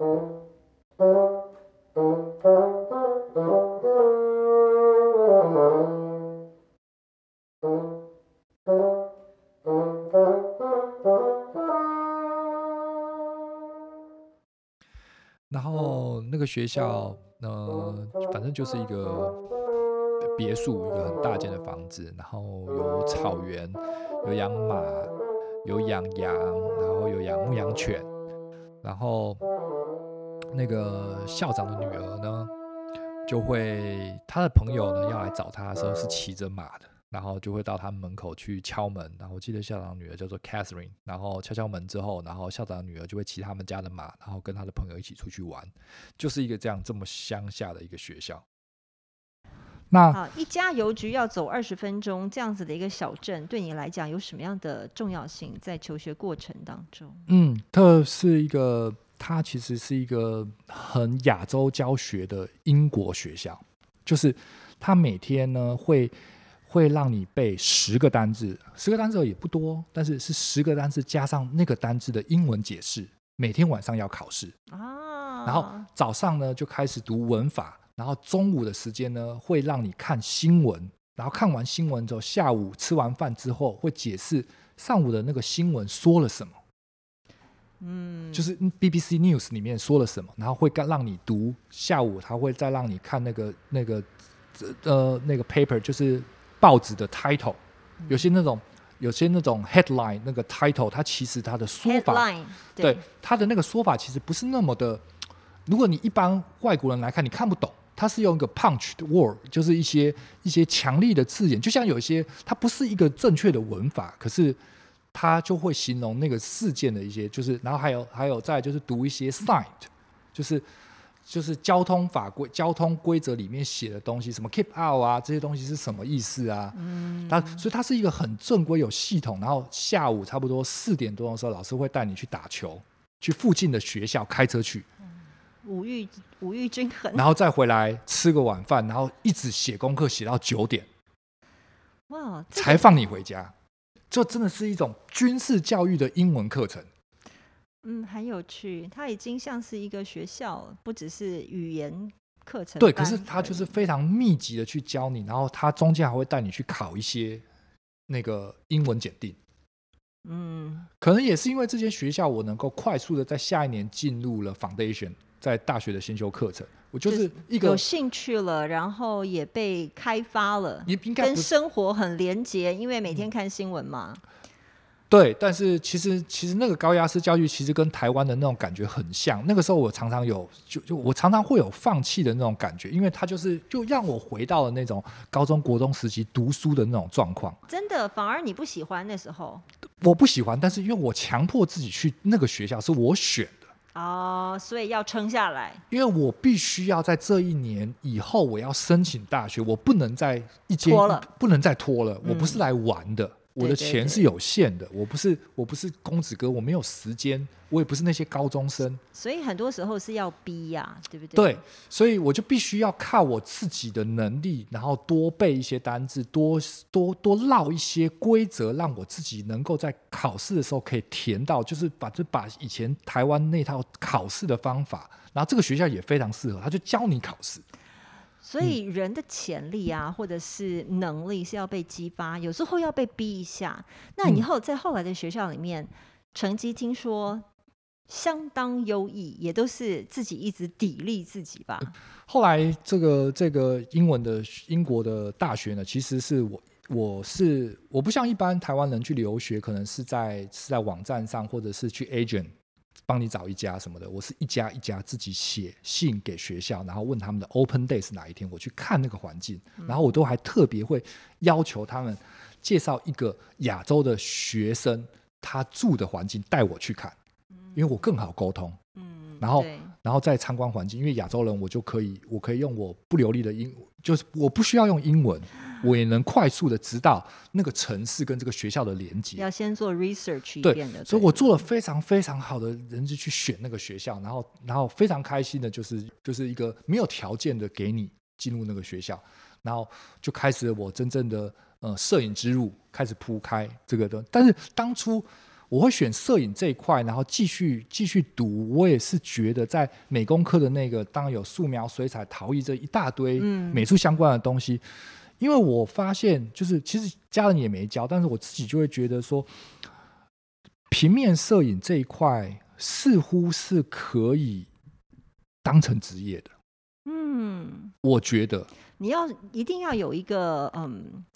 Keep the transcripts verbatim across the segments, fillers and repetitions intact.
然后那个学校，呃，反正就是一个别墅，一个很大间的房子，然后有草原，有养马，有养羊，然后有养牧羊犬，然后那个校长的女儿呢，就会他的朋友呢要来找他的时候是骑着马的，然后就会到他们门口去敲门，然后我记得校长的女儿叫做 Catherine， 然后敲敲门之后，然后校长的女儿就会骑他们家的马，然后跟他的朋友一起出去玩，就是一个这样这么乡下的一个学校。那好，一家邮局要走二十分钟，这样子的一个小镇，对你来讲有什么样的重要性在求学过程当中？ 嗯，这是一个，它其实是一个很亚洲教学的英国学校，就是它每天呢会会让你背十个单字，十个单字也不多，但是是十个单字加上那个单字的英文解释，每天晚上要考试啊。然后早上呢就开始读文法，然后中午的时间呢会让你看新闻，然后看完新闻之后，下午吃完饭之后会解释上午的那个新闻说了什么。嗯，就是 B B C News 里面说了什么，然后会让你读，下午他会再让你看那个那个呃那个 paper， 就是报纸的 title， 有些那种有些那种 headline 那个 title， 它其实它的说法， Headline， 对，它的那个说法其实不是那么的，如果你一般外国人来看，你看不懂。它是用一个 punch 的 word， 就是一些一些强力的字眼，就像有一些它不是一个正确的文法，可是它就会形容那个事件的一些，就是然后还有还有再来就是读一些 sign， 就是就是交通法规、交通规则里面写的东西，什么 keep out 啊，这些东西是什么意思啊？嗯，它所以它是一个很正规、有系统。然后下午差不多四点多的时候，老师会带你去打球，去附近的学校开车去。 五育五育均衡， 然后再回来吃个晚饭，然后一直写功课写到九点，哇，这个才放你回家。这真的是一种军事教育的英文课程。 嗯，很有趣，它已经像是一个学校，不只是语言课程。 对，可是它就是非常密集的去教你，然后它中间还会带你去考一些那个英文检定。嗯，可能也是因为这间学校，我能够快速的在下一年进入了 Foundation。在大学的先修课程，我就是一个有兴趣了，然后也被开发了，跟生活很连结，因为每天看新闻嘛。嗯、 对，但是其实其实那个高压式教育其实跟台湾的那种感觉很像。那个时候我常常有就就我常常会有放弃的那种感觉，因为它就是就让我回到了那种高中国中时期读书的那种状况。 真的，反而你不喜欢那时候？ 我不喜欢，但是因为我强迫自己去那个学校，是我选的。 哦，所以要撑下来， 因为我必须要在这一年以后我要申请大学，我不能再一间拖了， 不能再拖了、嗯、我不是来玩的，我的钱是有限的，对对对，我不是我不是公子哥，我没有时间，我也不是那些高中生， 所以很多时候是要逼呀、啊，对不对？ 对，所以我就必须要靠我自己的能力，然后多背一些单字，多多多绕一些规则，让我自己能够在考试的时候可以填到，就是把就把以前台湾那套考试的方法，然后这个学校也非常适合，他就教你考试。 所以人的潜力啊、嗯，或者是能力是要被激发，有时候要被逼一下。那以后在后来的学校里面，嗯、成绩听说相当优异，也都是自己一直砥砺自己吧。 后来这个这个英文的英国的大学呢，其实是我我是我不像一般台湾人去留学，可能是在是在网站上，或者是去 agent。帮你找一家什么的，我是一家一家自己写信给学校，然后问他们的 open day 是哪一天，我去看那个环境，然后我都还特别会要求他们介绍一个亚洲的学生他住的环境带我去看，因为我更好沟通。嗯，然后然后再参观环境，因为亚洲人我就可以我可以用我不流利的英，就是我不需要用英文，我也能快速的知道那个城市跟这个学校的连接。 要先做 research 一遍的， 对，所以我做了非常非常好的人去选那个学校，然后然后非常开心的就是就是一个没有条件的给你进入那个学校，然后就开始了我真正的呃摄影之路开始铺开这个的。但是当初我会选摄影这一块，然后继续继续读。我也是觉得在美工科的那个，当然有素描、水彩、陶艺这一大堆美术相关的东西。嗯，因为我发现，就是其实家人也没教，但是我自己就会觉得说，平面摄影这一块似乎是可以当成职业的。嗯，我觉得你要一定要有一个嗯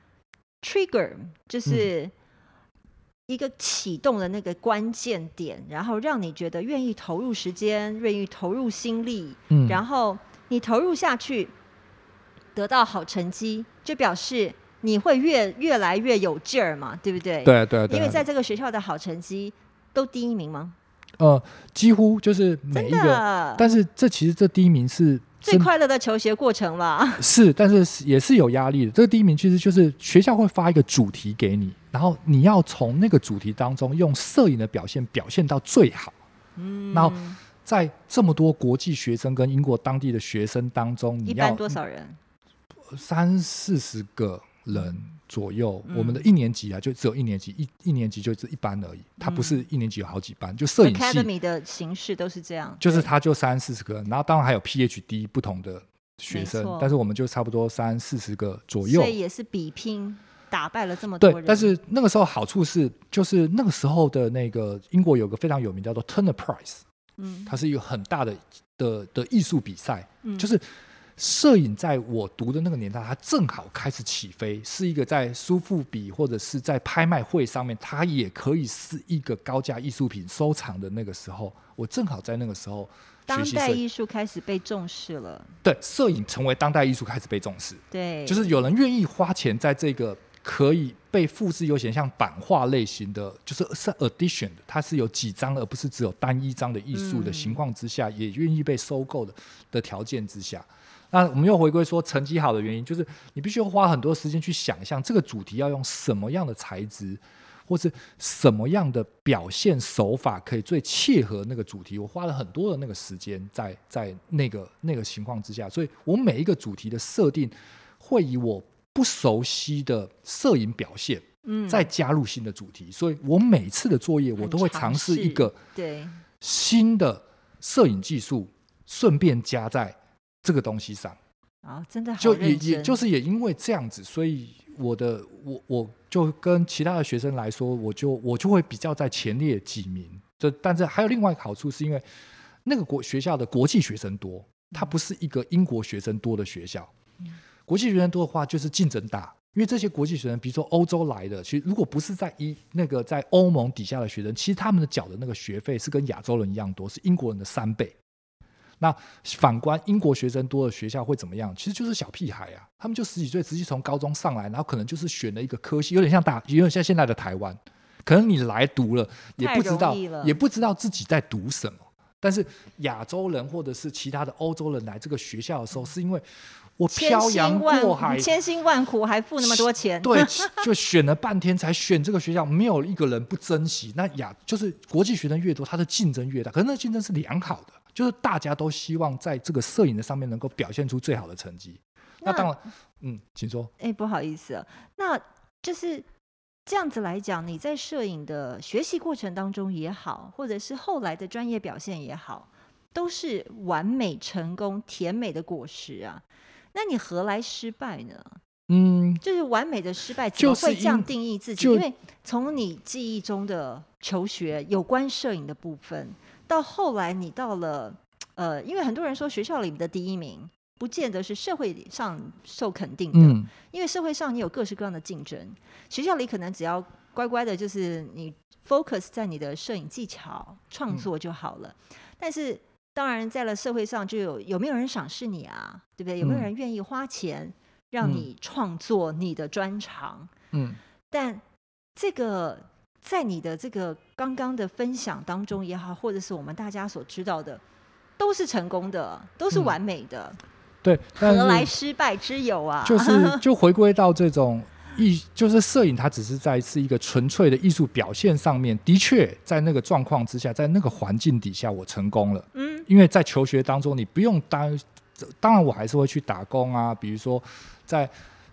trigger， 就是一个启动的那个关键点，然后让你觉得愿意投入时间，愿意投入心力，嗯，然后你投入下去。得到好成绩，就表示你会越越来越有劲儿嘛，对不对？ 对对对。 因为在这个学校的好成绩都第一名吗？ 呃，几乎就是每一个，但是这其实这第一名是最快乐的求学过程啦。 是，但是也是有压力的。这个第一名其实就是学校会发一个主题给你，然后你要从那个主题当中用摄影的表现表现到最好。嗯，然后在这么多国际学生跟英国当地的学生当中，你要一般多少人？ 三四十个人左右，嗯，我们的一年级啊，就只有一年级，一一年级就是一班而已，它不是一年级有好几班，就摄影系 Academy 的形式都是这样， 就是它就三四十个人，然后当然还有 P H D 不同的学生，但是我们就差不多三四十个左右， 所以也是比拼打败了这么多人。 对，但是那个时候好处是，就是那个时候的那个英国有个非常有名叫做 Turner Prize，嗯，它是一个很大的的的艺术比赛，嗯，就是。摄影在我读的那个年代，它正好开始起飞，是一个在苏富比或者是在拍卖会上面，它也可以是一个高价艺术品收藏的那个时候。我正好在那个时候学习摄影， 当代艺术开始被重视了。 对，摄影成为当代艺术开始被重视。 对， 就是有人愿意花钱在这个可以被复制，有点像版画类型的，就是是 edition 的，它是有几张而不是只有单一张的艺术的情况之下，嗯，也愿意被收购的的条件之下。那我们又回归说成绩好的原因，就是你必须要花很多时间去想象这个主题要用什么样的材质，或是什么样的表现手法可以最切合那个主题。我花了很多的那个时间在在那个那个情况之下，所以我每一个主题的设定会以我不熟悉的摄影表现，嗯，再加入新的主题。所以我每次的作业我都会尝试一个新的摄影技术，顺便加在这个东西上， 哦，真的好就认真。 也也就是也因为这样子，所以我的我我就跟其他的学生来说，我就我就会比较在前列几名。就但是还有另外一个好处，是因为那个国学校的国际学生多，它不是一个英国学生多的学校。嗯，国际学生多的话，就是竞争大，因为这些国际学生，比如说欧洲来的，其实如果不是在一那个在欧盟底下的学生，其实他们的缴的那个学费是跟亚洲人一样多，是英国人的三倍。那反观英国学生多的学校会怎么样？其实就是小屁孩啊，他们就十几岁直接从高中上来，然后可能就是选了一个科系，有点像大，有点像现在的台湾，可能你来读了也不知道，也不知道自己在读什么。但是亚洲人或者是其他的欧洲人来这个学校的时候，是因为我漂洋过海， 千辛万苦还付那么多钱， 对，就选了半天才选这个学校，没有一个人不珍惜。那亚就是国际学生越多，他的竞争越大，可是那竞争是良好的。就是大家都希望在这个摄影的上面能够表现出最好的成绩。那, 那当然，嗯，请说。 哎，不好意思啊，那就是这样子来讲，你在摄影的学习过程当中也好，或者是后来的专业表现也好，都是完美成功、甜美的果实啊。那你何来失败呢？嗯，就是完美的失败怎么会这样定义自己？因为从你记忆中的求学有关摄影的部分，到后来你到了呃，因为很多人说学校里面的第一名不见得是社会上受肯定的，嗯，因为社会上你有各式各样的竞争，学校里可能只要乖乖的就是你 focus 在你的摄影技巧创作就好了，嗯，但是当然在了社会上就有有没有人赏识你啊，对不对？有没有人愿意花钱让你创作你的专长？嗯，但这个在你的这个刚刚的分享当中也好，或者是我们大家所知道的，都是成功的，都是完美的。嗯， 对， 何来失败之有啊？ 就是就回归到这种艺，就是摄影，它只是在是一个纯粹的艺术表现上面。的确，在那个状况之下，在那个环境底下，我成功了。嗯，因为在求学当中，你不用当，当然我还是会去打工啊，比如说在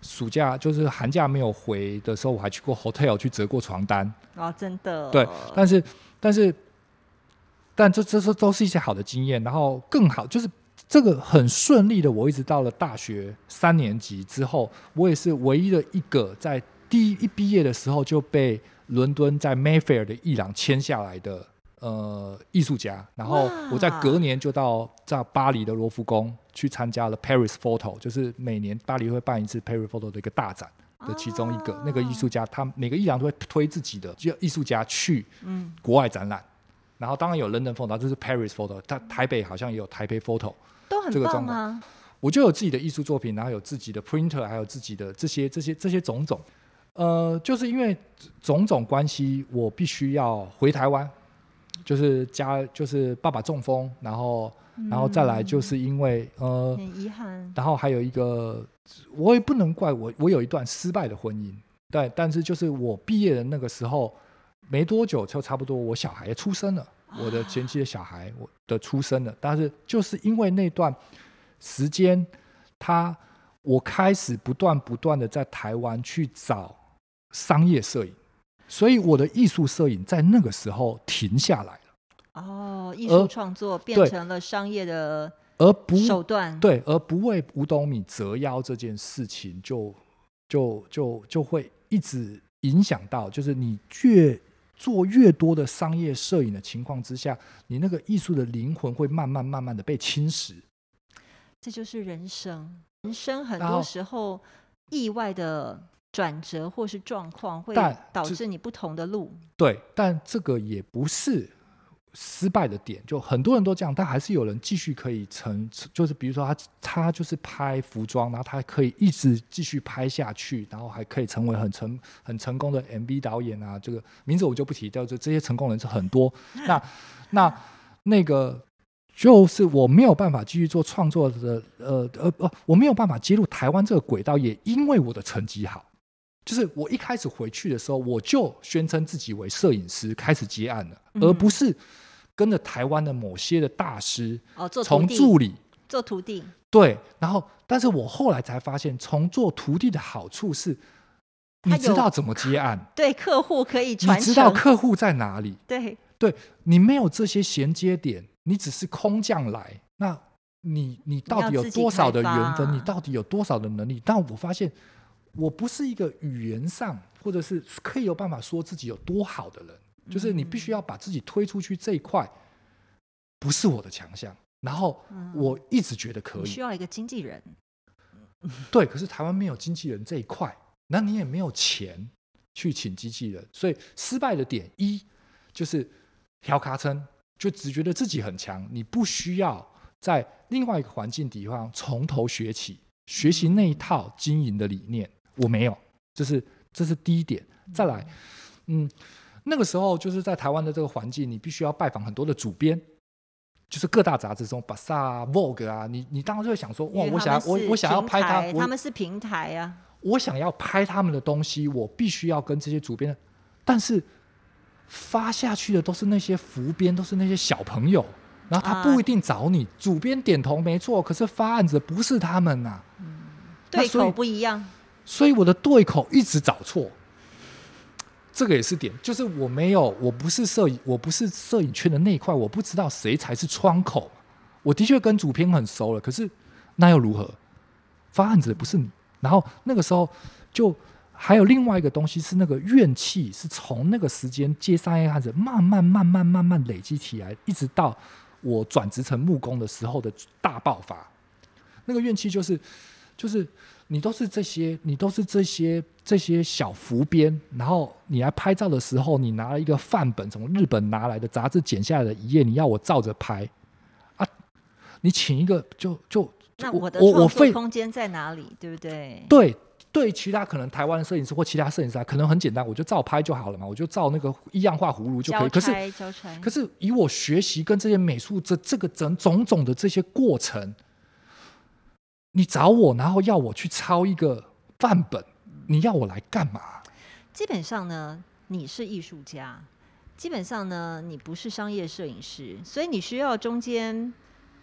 暑假就是寒假没有回的时候，我还去过 hotel 去折过床单。 哇，真的。 对，但是但是但这这都是一些好的经验，然后更好就是这个很顺利的，我一直到了大学三年级之后，我也是唯一的一个在第一一毕业的时候就被伦敦在 Mayfair 的艺廊签下来的呃艺术家，然后我在隔年就到在巴黎的罗浮宫去参加了 Paris Photo， 就是每年巴黎会办一次 Paris Photo 的一个大展的其中一个、哦、那个艺术家，他每个艺廊都会推自己的艺术家去国外展览、嗯，然后当然有 London Photo， 这是 Paris Photo， 他台北好像也有台北 Photo， 都很棒啊。 我就有自己的艺术作品，然后有自己的 printer， 还有自己的这些这些这些种种。呃，就是因为种种关系，我必须要回台湾，就是家就是爸爸中风，然后、嗯、然后再来就是因为呃， 很遗憾。 然后还有一个，我也不能怪我，我有一段失败的婚姻，对，但是就是我毕业的那个时候没多久，就差不多我小孩出生了，我的前妻的小孩我的出生了，但是就是因为那段时间，他我开始不断不断的在台湾去找商业摄影，所以我的艺术摄影在那个时候停下来了。 哦，艺术创作变成了商业的手段， 对，而不为五斗米折腰这件事情就，就就就会一直影响到，就是你越做越多的商业摄影的情况之下，你那个艺术的灵魂会慢慢慢慢的被侵蚀。 这就是人生，人生很多时候意外的转折或是状况会导致你不同的路。 对，但这个也不是失败的点，就很多人都这样，但还是有人继续可以成，就是比如说他他就是拍服装，然后他可以一直继续拍下去，然后还可以成为很成很成功的 M V 导演啊，这个名字我就不提，就这些成功人是很多。那那那个就是我没有办法继续做创作的，呃呃呃，我没有办法接入台湾这个轨道，也因为我的成绩好。就是我一开始回去的时候，我就宣称自己为摄影师，开始接案了，嗯、而不是跟着台湾的某些的大师， 哦，做从助理做徒弟。 对，然后，但是我后来才发现，从做徒弟的好处是，你知道怎么接案， 对客户可以传承， 你知道客户在哪里， 对， 对你没有这些衔接点，你只是空降来，那你你到底有多少的缘分？你到底有多少的能力？但我发现。我不是一个语言上或者是可以有办法说自己有多好的人，就是你必须要把自己推出去这一块不是我的强项，然后我一直觉得可以， 你需要一个经纪人。 对，可是台湾没有经纪人这一块，那你也没有钱去请经纪人，所以失败的点一就是挑卡称，就只觉得自己很强，你不需要在另外一个环境底下从头学起，学习那一套经营的理念。我没有，这是这是第一点。再来，嗯，那个时候就是在台湾的这个环境，你必须要拜访很多的主编，就是各大杂志中 ，Bazaar、Vogue 啊，你你当然就会想说，哇，我想要我我想要拍他， 他们是平台啊， 我想要拍他们的东西，我必须要跟这些主编，但是发下去的都是那些服编，都是那些小朋友，然后他不一定找你，啊、主编点头没错，可是发案子不是他们呐、啊嗯， 对口不一样。 所以我的对口一直找错，这个也是点，就是我没有，我不是摄影，我不是摄影圈的那一块，我不知道谁才是窗口。我的确跟主编很熟了，可是那又如何？发案子的不是你。然后那个时候就还有另外一个东西，是那个怨气，是从那个时间接商业案子慢慢慢慢慢慢累积起来，一直到我转职成木工的时候的大爆发。那个怨气就是就是。你都是这些，你都是这些这些小浮编，然后你来拍照的时候，你拿了一个范本，从日本拿来的杂志剪下来的一页，你要我照着拍啊？你请一个就就那我的创作空间在哪里？对不对？ 对对，其他可能台湾的摄影师或其他摄影师可能很简单，我就照拍就好了嘛，我就照那个一样画葫芦就可以。可是可是以我学习跟这些美术这这个整种种的这些过程。你找我，然后要我去抄一个范本，你要我来干嘛？ 基本上呢，你是艺术家，基本上呢，你不是商业摄影师，所以你需要中间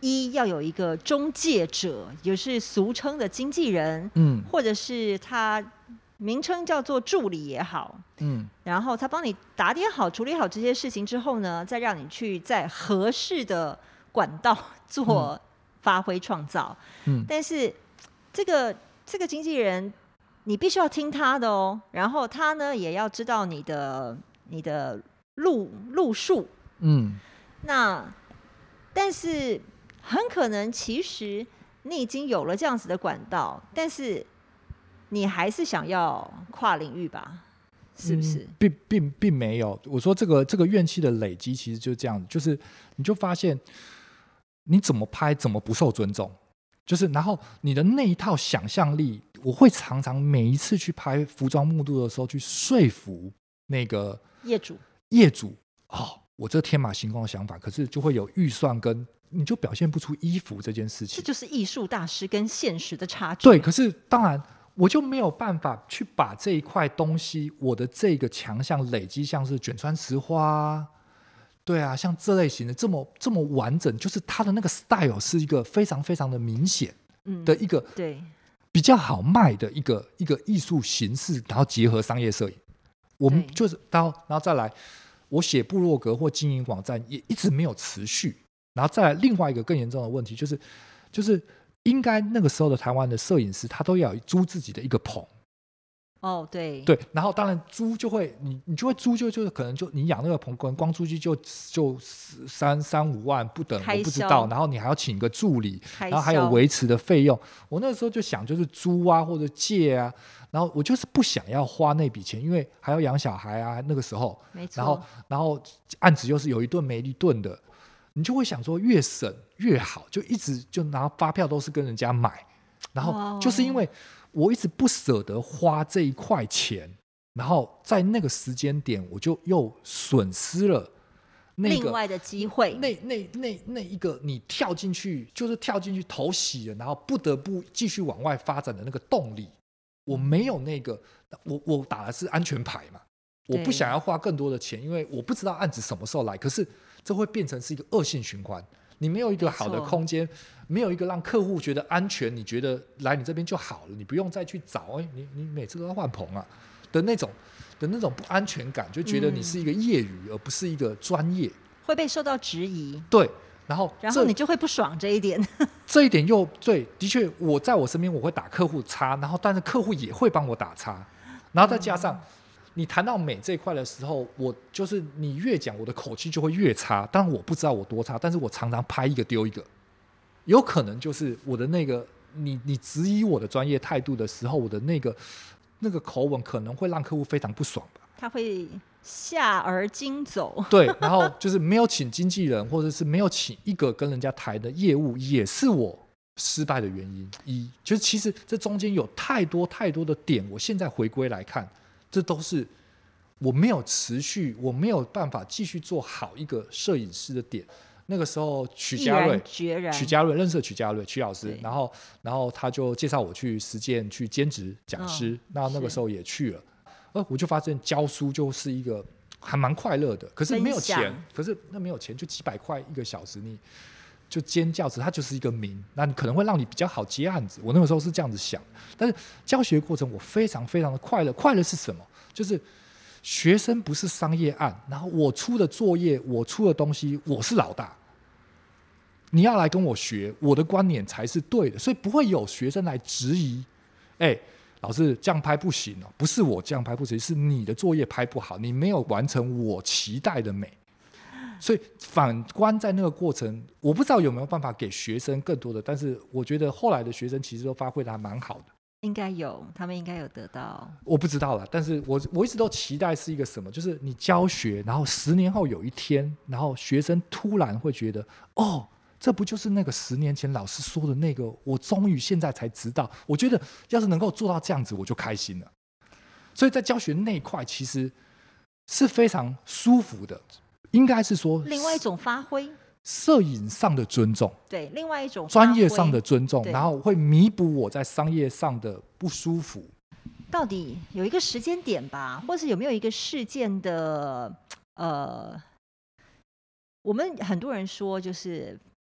一要有一个中介者，也是俗称的经纪人， 嗯或者是他名称叫做助理也好， 嗯然后他帮你打点好、处理好这些事情之后呢，再让你去在合适的管道做发挥创造。 嗯， 但是这个这个经纪人，你必须要听他的哦，然后他呢也要知道你的你的路路数。 嗯， 那但是很可能其实你已经有了这样子的管道，但是你还是想要跨领域吧？是不是？ 嗯、并并并没有。我说这个这个怨气的累积，其实就是这样子，就是你就发现你怎么拍怎么不受尊重，就是然后你的那一套想象力，我会常常每一次去拍服装目录的时候，去说服那个业主业主哦，我这天马行空的想法，可是就会有预算跟你就表现不出衣服这件事情， 这就是艺术大师跟现实的差距。 对，可是当然我就没有办法去把这一块东西，我的这个强项累积，像是卷川石花啊，对啊，像这类型的这么这么完整，就是它的那个 style 是一个非常非常的明显的一个、 嗯、对比较好卖的一个一个艺术形式，然后结合商业摄影，我们就是到然后再来，我写部落格或经营网站也一直没有持续，然后再来另外一个更严重的问题就是就是应该那个时候的台湾的摄影师他都要租自己的一个棚。 哦，对对，然后当然租就会你你就会租就就是可能就你养那个棚光光租金就就三三五万不等，我不知道，然后你还要请个助理，然后还有维持的费用。我那个时候就想就是租啊或者借啊，然后我就是不想要花那笔钱，因为还要养小孩啊，那个时候， 没错， 然后然后案子又是有一顿没一顿的，你就会想说越省越好，就一直就拿发票都是跟人家买，然后就是因为我一直不舍得花这一块钱，然后在那个时间点我就又损失了那个另外的机会， 那那那那一个你跳进去就是跳进去头洗了，然后不得不继续往外发展的那个动力，我没有那个，我我打的是安全牌嘛，我不想要花更多的钱，因为我不知道案子什么时候来，可是这会变成是一个恶性循环。你没有一个好的空间，没有一个让客户觉得安全，你觉得来你这边就好了，你不用再去找，哎，你你每次都要换棚啊的那种的那种不安全感，就觉得你是一个业余，嗯、而不是一个专业， 会被受到质疑。 对，然后然后你就会不爽这一点。 这一点又对，的确，我在我身边我会打客户叉，然后但是客户也会帮我打叉，然后再加上。嗯你谈到美这一块的时候，我就是你越讲我的口气就会越差，当然我不知道我多差，但是我常常拍一个丢一个，有可能就是我的那个你你质疑我的专业态度的时候，我的那个那个口吻可能会让客户非常不爽吧， 他会下而今走。 对，然后就是没有请经纪人，或者是没有请一个跟人家谈的业务，也是我失败的原因一，就是其实这中间有太多太多的点，我现在回归来看。这都是我没有持续，我没有办法继续做好一个摄影师的点。那个时候，曲家瑞，曲家瑞认识了曲家瑞，曲老师，然后，然后他就介绍我去实践，去兼职讲师。哦、那那个时候也去了，呃，我就发现教书就是一个还蛮快乐的，可是没有钱，可是那没有钱，就几百块一个小时，你就兼教职，它就是一个名，那你可能会让你比较好接案子。我那个时候是这样子想，但是教学过程我非常非常的快乐。快乐是什么？就是学生不是商业案，然后我出的作业，我出的东西，我是老大。你要来跟我学，我的观点才是对的，所以不会有学生来质疑。哎，老师这样拍不行哦，不是我这样拍不行，是你的作业拍不好，你没有完成我期待的美。所以反观在那个过程，我不知道有没有办法给学生更多的，但是我觉得后来的学生其实都发挥的还蛮好的。 应该有，他们应该有得到。 我不知道啦，但是我我一直都期待是一个什么，就是你教学，然后十年后有一天，然后学生突然会觉得，哦，这不就是那个十年前老师说的那个，我终于现在才知道。我觉得要是能够做到这样子，我就开心了。所以在教学那一块，其实是非常舒服的。应该是说另外一种发挥， 摄影上的尊重， 对，另外一种专业上的尊重，然后会弥补我在商业上的不舒服。 到底有一个时间点吧，或是有没有一个事件的呃，我们很多人说就是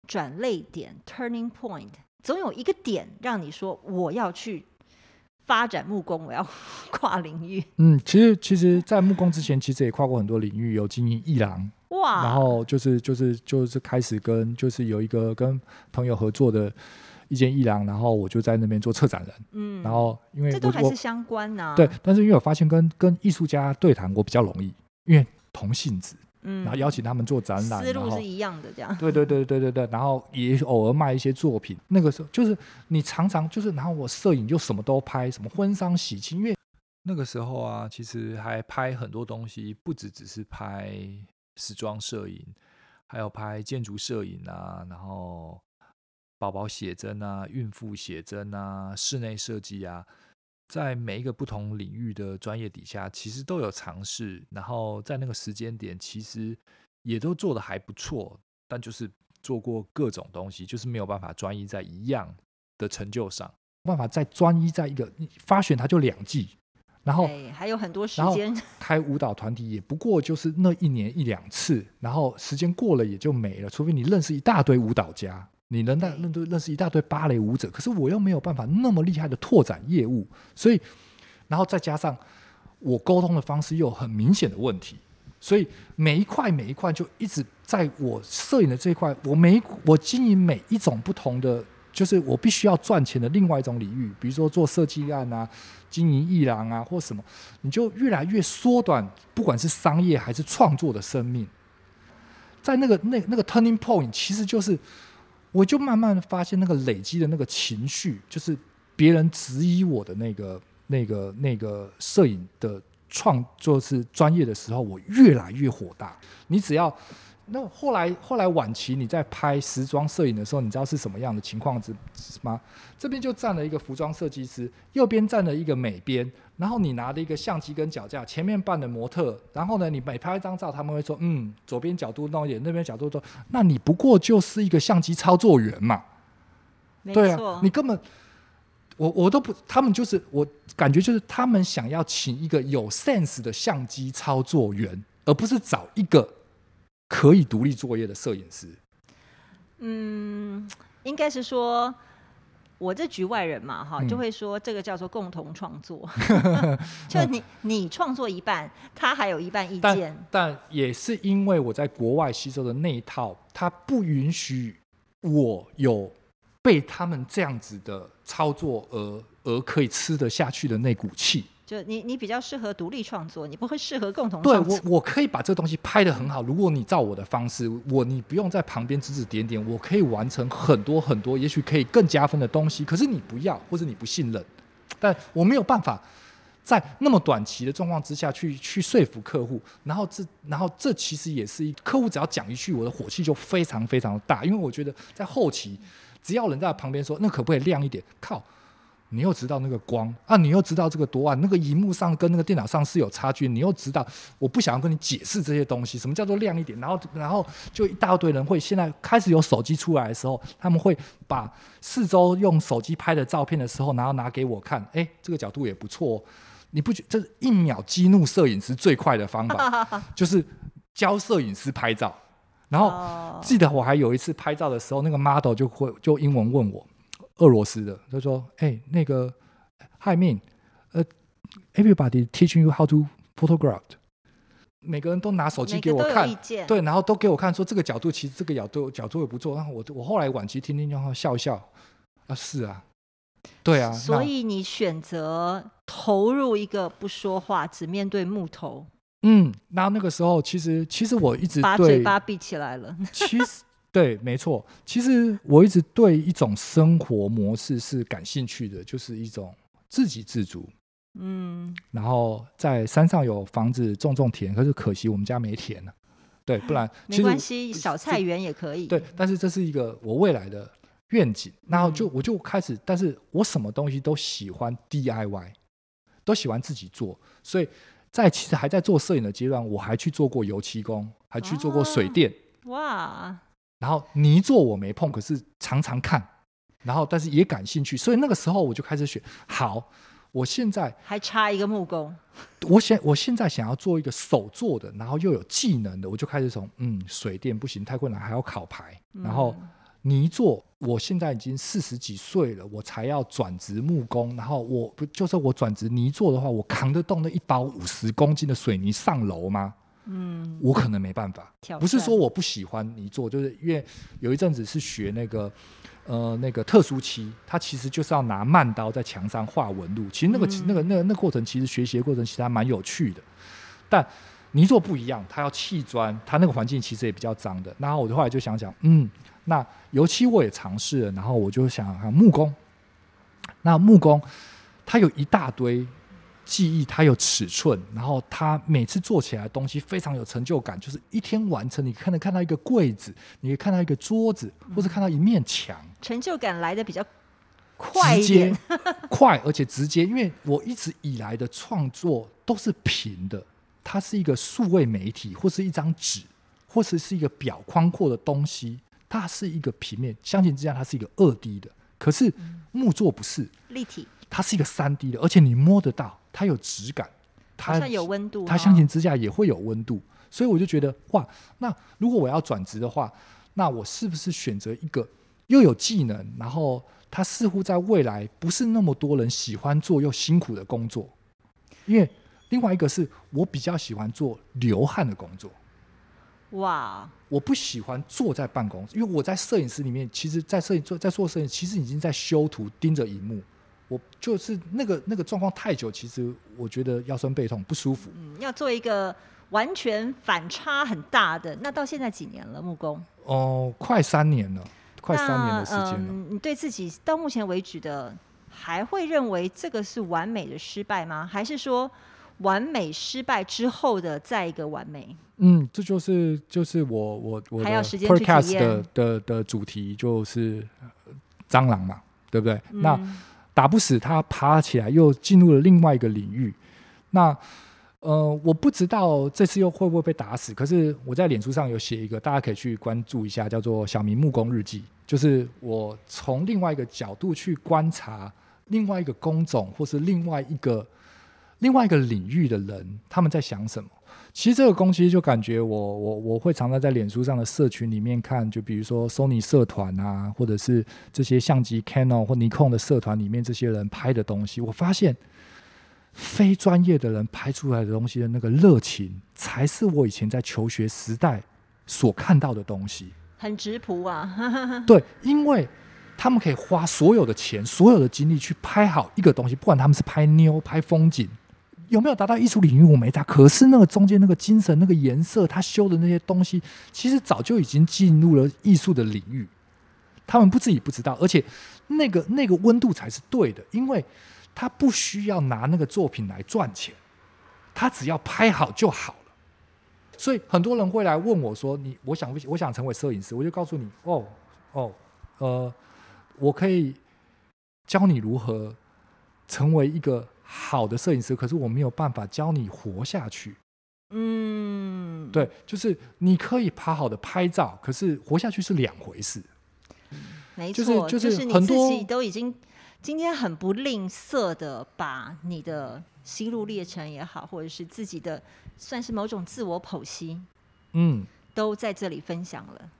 转捩点 turning point， 总有一个点让你说我要去发展木工，我要跨领域。 嗯，其实其实在木工之前其实也跨过很多领域，有经营艺廊， 哇， 然后就是就是就是开始跟就是有一个跟朋友合作的一间艺廊，然后我就在那边做策展人。嗯，然后因为这都我还是相关啊。 对，但是因为我发现跟跟艺术家对谈我比较容易，因为同性质。 嗯， 然后邀请他们做展览， 思路是一样的，这样。 对对对对对对，然后也偶尔卖一些作品。那个时候就是你常常就是，然后我摄影就什么都拍，什么婚丧喜庆，因为那个时候啊，其实还拍很多东西，不只只是拍时装摄影，还有拍建筑摄影啊，然后宝宝写真啊、孕妇写真啊、室内设计啊。在每一个不同领域的专业底下，其实都有尝试，然后在那个时间点，其实也都做得还不错，但就是做过各种东西，就是没有办法专一在一样的成就上，没办法再专一在一个，你发选它就两季，然后还有很多时间， 开舞蹈团体也不过就是那一年一两次，然后时间过了也就没了，除非你认识一大堆舞蹈家。你能认认识一大堆芭蕾舞者，可是我又没有办法那么厉害的拓展业务，所以，然后再加上我沟通的方式又有很明显的问题，所以每一块每一块就一直在我摄影的这一块，我每我经营每一种不同的，就是我必须要赚钱的另外一种领域，比如说做设计案啊、经营艺廊啊或什么，你就越来越缩短，不管是商业还是创作的生命，在那个那那个 turning point， 其实就是。我就慢慢的发现那个累积的那个情绪，就是别人质疑我的那个、那个、那个摄影的创作是专业的时候，我越来越火大。你只要那后来后来晚期你在拍时装摄影的时候，你知道是什么样的情况吗？这边就站了一个服装设计师，右边站了一个美编，然后你拿了一个相机跟脚架，前面扮的模特，然后呢，你每拍一张照，他们会说，嗯，左边角度弄一点，那边角度弄，那你不过就是一个相机操作员嘛，对啊，你根本。我我都不，他们就是我感觉就是他们想要请一个有 sense 的相机操作员，而不是找一个可以独立作业的摄影师。 嗯，应该是说我这局外人嘛，哈、嗯，就会说这个叫做共同创作，就你你创作一半，他还有一半意见。 但, 但也是因为我在国外吸收的那一套，他不允许我有。被他们这样子的操作而而可以吃得下去的那股气， 就你你比较适合独立创作，你不会适合共同创作。 对，我我可以把这个东西拍得很好。如果你照我的方式，我你不用在旁边指指点点，我可以完成很多很多，也许可以更加分的东西。可是你不要，或者你不信任，但我没有办法在那么短期的状况之下去去说服客户。然后这然后这其实也是一客户只要讲一句，我的火气就非常非常大，因为我觉得在后期。只要人在旁边说那可不可以亮一点，靠，你又知道那个光啊，你又知道这个多暗，那个萤幕上跟那个电脑上是有差距，你又知道我不想要跟你解释这些东西，什么叫做亮一点，然后然后就一大堆人会现在开始有手机出来的时候，他们会把四周用手机拍的照片的时候，然后拿给我看，哎，这个角度也不错哦，你不觉得这是一秒激怒摄影师最快的方法，就是教摄影师拍照。然后记得我还有一次拍照的时候，那个 model 就会就英文问我，俄罗斯的，就说：“哎、欸，那个 Hi Min， 呃 ，everybody teaching you how to photograph。”每个人都拿手机给我看，对，然后都给我看说这个角度其实这个角度角度也不错。然后我我后来晚期听听，然后笑一笑，啊，是啊，对啊。 所以你选择投入一个不说话，只面对木头。 嗯，那那个时候其实其实我一直对把嘴巴闭起来了。 其实对，没错。其实我一直对一种生活模式是感兴趣的，就是一种自给自足。嗯，然后在山上有房子种种田，可是可惜我们家没田了。对，不然没关系，小菜园也可以。 对，但是这是一个我未来的愿景。然后就我就开始，但是我什么东西都喜欢 D I Y， 都喜欢自己做，所以。在其实还在做摄影的阶段，我还去做过油漆工，还去做过水电。 哦、哇！ 然后泥做我没碰，可是常常看，然后但是也感兴趣，所以那个时候我就开始选。好，我现在还差一个木工。 我现我现在想要做一个手做的，然后又有技能的，我就开始从嗯水电不行太困难，还要考牌，然后泥作，我现在已经四十几岁了，我才要转职木工，然后我不就是我转职泥作的话，我扛得动那一包五十公斤的水泥上楼吗？嗯，我可能没办法。不是说我不喜欢泥作，就是因为有一阵子是学那个呃那个特殊漆，它其实就是要拿慢刀在墙上画纹路。其实那个、嗯、那个那个那个过程，其实学习的过程其实还蛮有趣的。但泥作不一样，它要砌砖，它那个环境其实也比较脏的。然后我后来就想想，嗯，那油漆我也尝试了，然后我就想想看木工。那木工它有一大堆技艺，它有尺寸，然后它每次做起来的东西非常有成就感，就是一天完成，你可能看到一个柜子，你可以看到一个桌子，或者看到一面墙， 成就感来的比较快一点， 直接快而且直接。因为我一直以来的创作都是平的，它是一个数位媒体，或是一张纸，或者是一个表宽阔的东西，它是一个平面，相形之下它是一个二 D 的。可是木作不是立体，它是一个三 D 的，而且你摸得到，它有质感，它好像有温度、哦， 它相形之下也会有温度。所以我就觉得，哇，那如果我要转职的话，那我是不是选择一个又有技能，然后它似乎在未来不是那么多人喜欢做又辛苦的工作？因为另外一个是我比较喜欢做流汗的工作。哇！我不喜欢坐在办公室，因为我在摄影师里面，其实在摄影做在做摄影，其实已经在修图，盯着荧幕。我就是那个那个状况太久，其实我觉得腰酸背痛不舒服。 嗯，要做一个完全反差很大的，那到现在几年了？木工？ 哦，快三年了，快三年的时间了。 嗯，你对自己到目前为止的，还会认为这个是完美的失败吗？还是说完美失败之后的再一个完美？ 嗯，这就是就是我我我的 podcast 的的的主题就是蟑螂嘛，对不对？嗯、那打不死它爬起来，又进入了另外一个领域。那呃，我不知道这次又会不会被打死。可是我在脸书上有写一个，大家可以去关注一下，叫做小明木工日记，就是我从另外一个角度去观察另外一个工种或是另外一个另外一个领域的人，他们在想什么。其实这个东西就感觉我我我会常常在脸书上的社群里面看，就比如说 Sony 社团啊，或者是这些相机 Canon 或尼康的社团里面这些人拍的东西，我发现非专业的人拍出来的东西的那个热情，才是我以前在求学时代所看到的东西。 很质朴啊。 对，因为他们可以花所有的钱、所有的精力去拍好一个东西，不管他们是拍妞、拍风景。有没有达到艺术领域我没达，可是那个中间那个精神、那个颜色，他修的那些东西，其实早就已经进入了艺术的领域。他们不自己不知道，而且那个那个温度才是对的，因为他不需要拿那个作品来赚钱，他只要拍好就好了。所以很多人会来问我说：“你，我想我想成为摄影师。”我就告诉你：“哦哦，呃，我可以教你如何成为一个好的摄影师，可是我没有办法教你活下去。”嗯，对，就是你可以好好的拍照，可是活下去是两回事。 没错， 就是就是就是你自己都已经今天很不吝啬的把你的心路历程也好，或者是自己的算是某种自我剖析，嗯，都在这里分享了。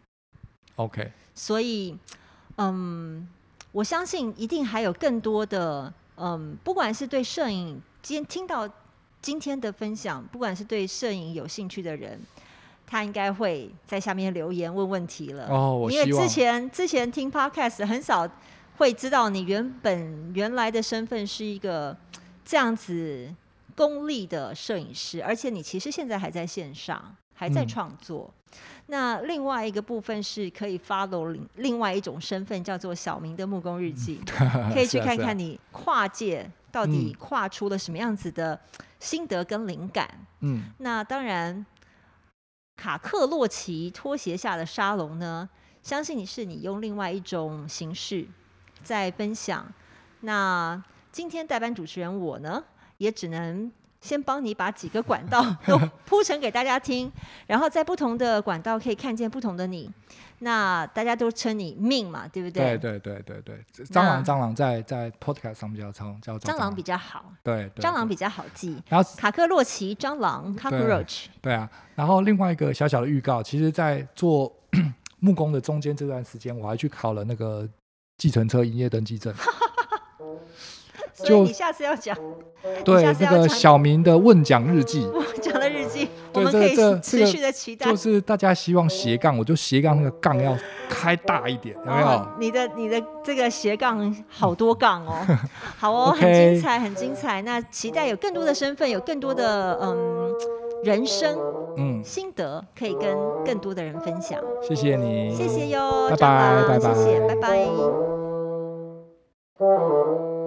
OK， 所以，嗯，我相信一定还有更多的。嗯，不管是对摄影，今天听到今天的分享，不管是对摄影有兴趣的人，他应该会在下面留言问问题了。 哦，我希望。 因为之前之前听 podcast 很少会知道你原本原来的身份是一个这样子功利的摄影师，而且你其实现在还在线上，还在创作。嗯，那另外一个部分是可以 follow 另外一种身份，叫做小明的木工日记，可以去看看你跨界到底跨出了什么样子的心得跟灵感。嗯，那当然卡克洛奇拖鞋下的沙龙呢，相信你是你用另外一种形式在分享。那今天代班主持人我呢，也只能先帮你把几个管道都铺陈给大家听，然后在不同的管道可以看见不同的你。那大家都称你命嘛，对不对？ 对对对对对，蟑螂蟑螂在在 podcast 上面叫叫蟑螂比较好， 对， 蟑螂比较好记。 然后卡克洛奇蟑螂 cockroach， 对啊。然后另外一个小小的预告，其实在做木工的中间这段时间，我还去考了那个计程车营业登记证。 所以你下次要讲， 对那个小明的问讲日记， 问讲的日记，我对们可以这这持续的期待。 就是大家希望斜杠，我就斜杠那个杠要开大一点，有没有？ 哦、你的你的这个斜杠好多杠哦，好哦， okay 很精彩，很精彩。那期待有更多的身份，有更多的嗯人生嗯心得，可以跟更多的人分享。 谢谢你， 谢谢哟， 拜拜，拜拜， 谢谢，拜拜。